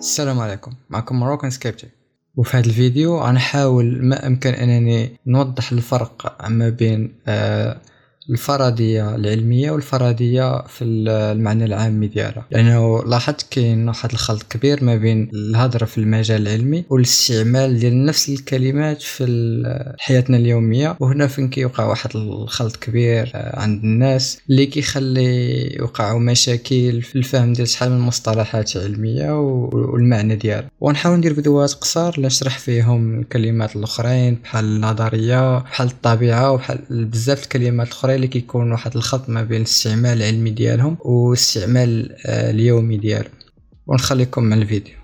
السلام عليكم، معكم مروكان سكيبتي. وفي هذا الفيديو غنحاول ما امكن انني نوضح الفرق ما بين الفرضيه العلميه والفرضيه في المعنى العام ديالها، لانه لاحظت كاين واحد الخلط كبير ما بين الهضره في المجال العلمي والاستعمال ديال نفس الكلمات في حياتنا اليوميه. وهنا فين كيوقع واحد الخلط كبير عند الناس اللي كيخلي يوقعوا مشاكل في الفهم ديال شحال من مصطلحات علميه والمعنى ديالها. ونحاول ندير فيديوهات قصار لنشرح فيهم الكلمات الاخرين بحال النظريه، بحال الطبيعه، وبحال بزاف الكلمات الاخرى اللي كيكون واحد الخلط ما بين الاستعمال العلمي ديالهم والاستعمال اليومي ديالهم. ونخليكم مع الفيديو.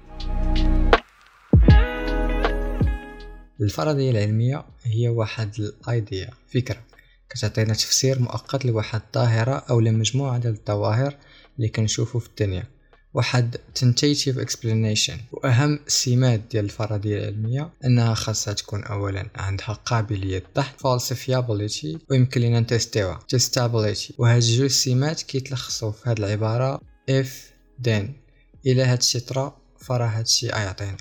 الفرضيه العلميه هي واحد الايديا، فكره كتعطينا تفسير مؤقت لواحد الظاهره او لمجموعه ديال الظواهر اللي كنشوفوا في الدنيا، واحد tentative explanation. واهم السمات ديال الفرضيه العلميه انها خاصها تكون اولا عندها قابليه الضحك falsifiability، ويمكن لنا نتستيوها testability. وهاد جوج سمات كيتلخصوا في هاد العباره if then. الى هادشي طرا فراه هادشي يعطينا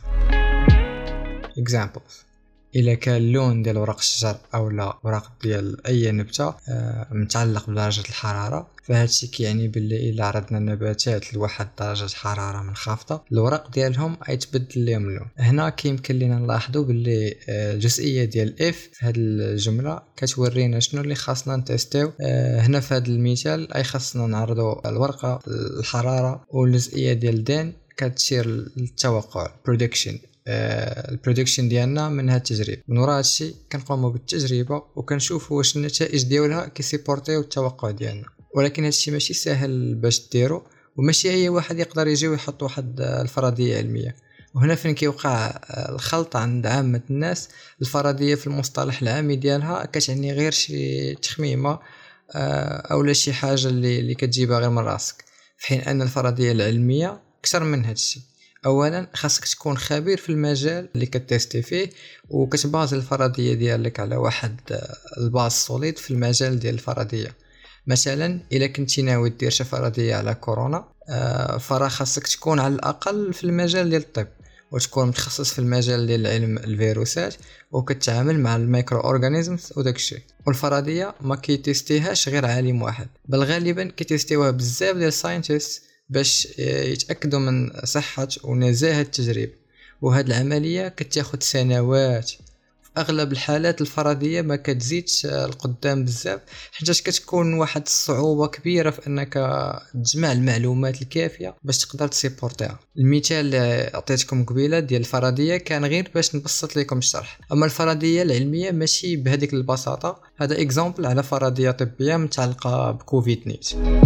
examples. إلا كان اللون ديال ورق الشجر أو لا ورق ديال أي نبتة متعلق بدرجة الحرارة، فهادشي كيعني باللي إلا عرضنا النباتات لواحد درجة حرارة منخفضة الورق ديالهم يتبدل لهم اللون. هنا كيمكن لنا نلاحظوا باللي الجزئية ديال إف في هاد الجملة كتورينا شنو اللي خاصنا نتستيو. هنا في هاد المثال أي خاصنا نعرضوا الورقة الحرارة، والجزئية ديال دين كتشير للتوقع prediction. البرودكشن ديالنا من هذا التجربه. من وراء هادشي كنقوموا بالتجربه وكنشوفوا واش النتائج ديالها كيسيبورتيو التوقع ديالنا، ولكن هادشي ماشي سهل باش ديرو، وماشي اي واحد يقدر يجي ويحط واحد الفرضيه علميه. وهنا فين كيوقع الخلط عند عامه الناس. الفرضيه في المصطلح العامي ديالها كتعني غير شي تخميمه اولا شي حاجه اللي كتجيبها غير من راسك، في حين ان الفرضيه العلميه اكثر من هادشي. اولا خاصك تكون خبير في المجال اللي كتستي فيه، وكتباز الفرضيه ديالك على واحد الباز سوليد في المجال ديال الفرضيه. مثلا الا كنتي ناوي دير شي فرضيه على كورونا، فراه خاصك تكون على الاقل في المجال ديال الطب، وتكون متخصص في المجال ديال علم الفيروسات وكتعامل مع الميكرو اورغانيزمز وداكشي. والفرضيه ما كيتيستيهاش غير عالم واحد، بل غالبا كيتيستيوها بزاف ديال ساينتيست باش يتاكدوا من صحه ونزاهه التجربه. وهاد العمليه كتاخد سنوات. في اغلب الحالات الفرضيه ما كتزيدش القدام بزاف، حيت كتكون واحد الصعوبه كبيره في انك تجمع المعلومات الكافيه باش تقدر تسيبورتيها. المثال اللي عطيتكم قبيله ديال الفرضيه كان غير باش نبسط لكم الشرح، اما الفرضيه العلميه ماشي بهذيك البساطه. هذا اكزامبل على فرضيه طبيه متعلقه بكوفيد 19.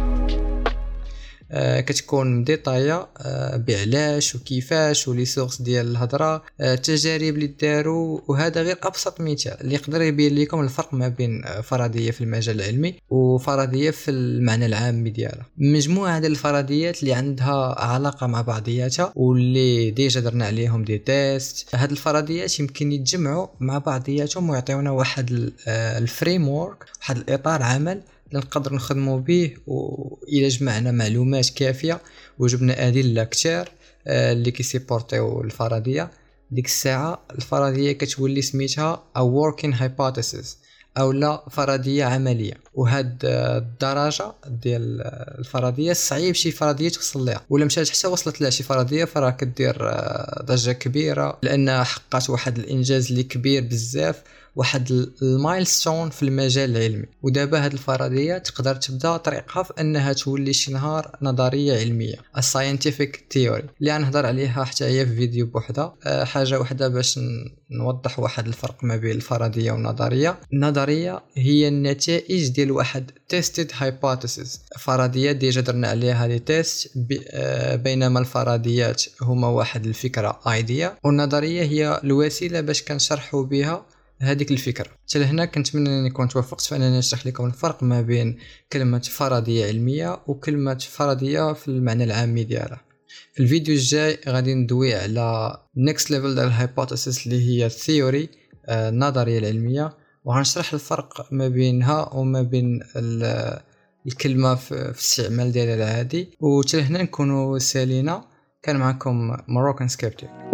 كتكون ديطايا بعلاش وكيفاش ولي سورس ديال الهضره، التجارب اللي داروا. وهذا غير ابسط مثال اللي يقدر يبين لكم الفرق ما بين فرضيه في المجال العلمي وفرضيه في المعنى العام ديالها. مجموعه ديال الفرضيات اللي عندها علاقه مع بعضياتها واللي ديجا درنا عليهم دي تيست. هاد الفرضيات يمكن يتجمعوا مع بعضياتهم ويعطيونا واحد الفريم ورك، واحد الاطار عمل نقدر نخدموا به. وإذا جمعنا معلومات كافيه وجبنا ادله كثير اللي كيسيبورتيو الفرضيه، ديك الساعه الفرضيه كتولي سميتها a working hypothesis او لا فرضيه عمليه. وهاد الدرجه ديال الفرضيه صعيب شي فرضيه توصل لها، ولا مشات حتى وصلت لها شي فرضيه فراه كدير ضجه كبيره لان حققت واحد الانجاز اللي كبير بزاف، واحد المايلستون في المجال العلمي. ودابا هاد الفرضيه تقدر تبدا طريقها في انها تولي شي نهار نظريه علميه، الساينتيفيك ثيوري اللي غنهضر عليها حتى هي في فيديو بوحده. حاجه وحده باش نوضح واحد الفرق ما بين الفرضيه والنظريه. النظريه هي النتائج ديال واحد تيستد هايبوثيسيس. فرضيات ديجا درنا عليها لي تيست، بينما الفرضيات هما واحد الفكره ايديا، والنظريه هي الوسيله باش كنشرحوا بها هذيك الفكره. حتى هنا كنتمنى انني كنت وفقت في انني نشرح لكم الفرق ما بين كلمه فرضيه علميه وكلمه فرضيه في المعنى العام ديالها. في الفيديو الجاي غادي ندوي على next level ديال الهايبوثيسيس اللي هي الثيوري، النظريه العلميه، وغنشرح الفرق ما بينها وما بين الكلمه في الاستعمال ديالها العادي. وحتى هنا نكونوا سالينا كان معكم مروكان سكيبتيك.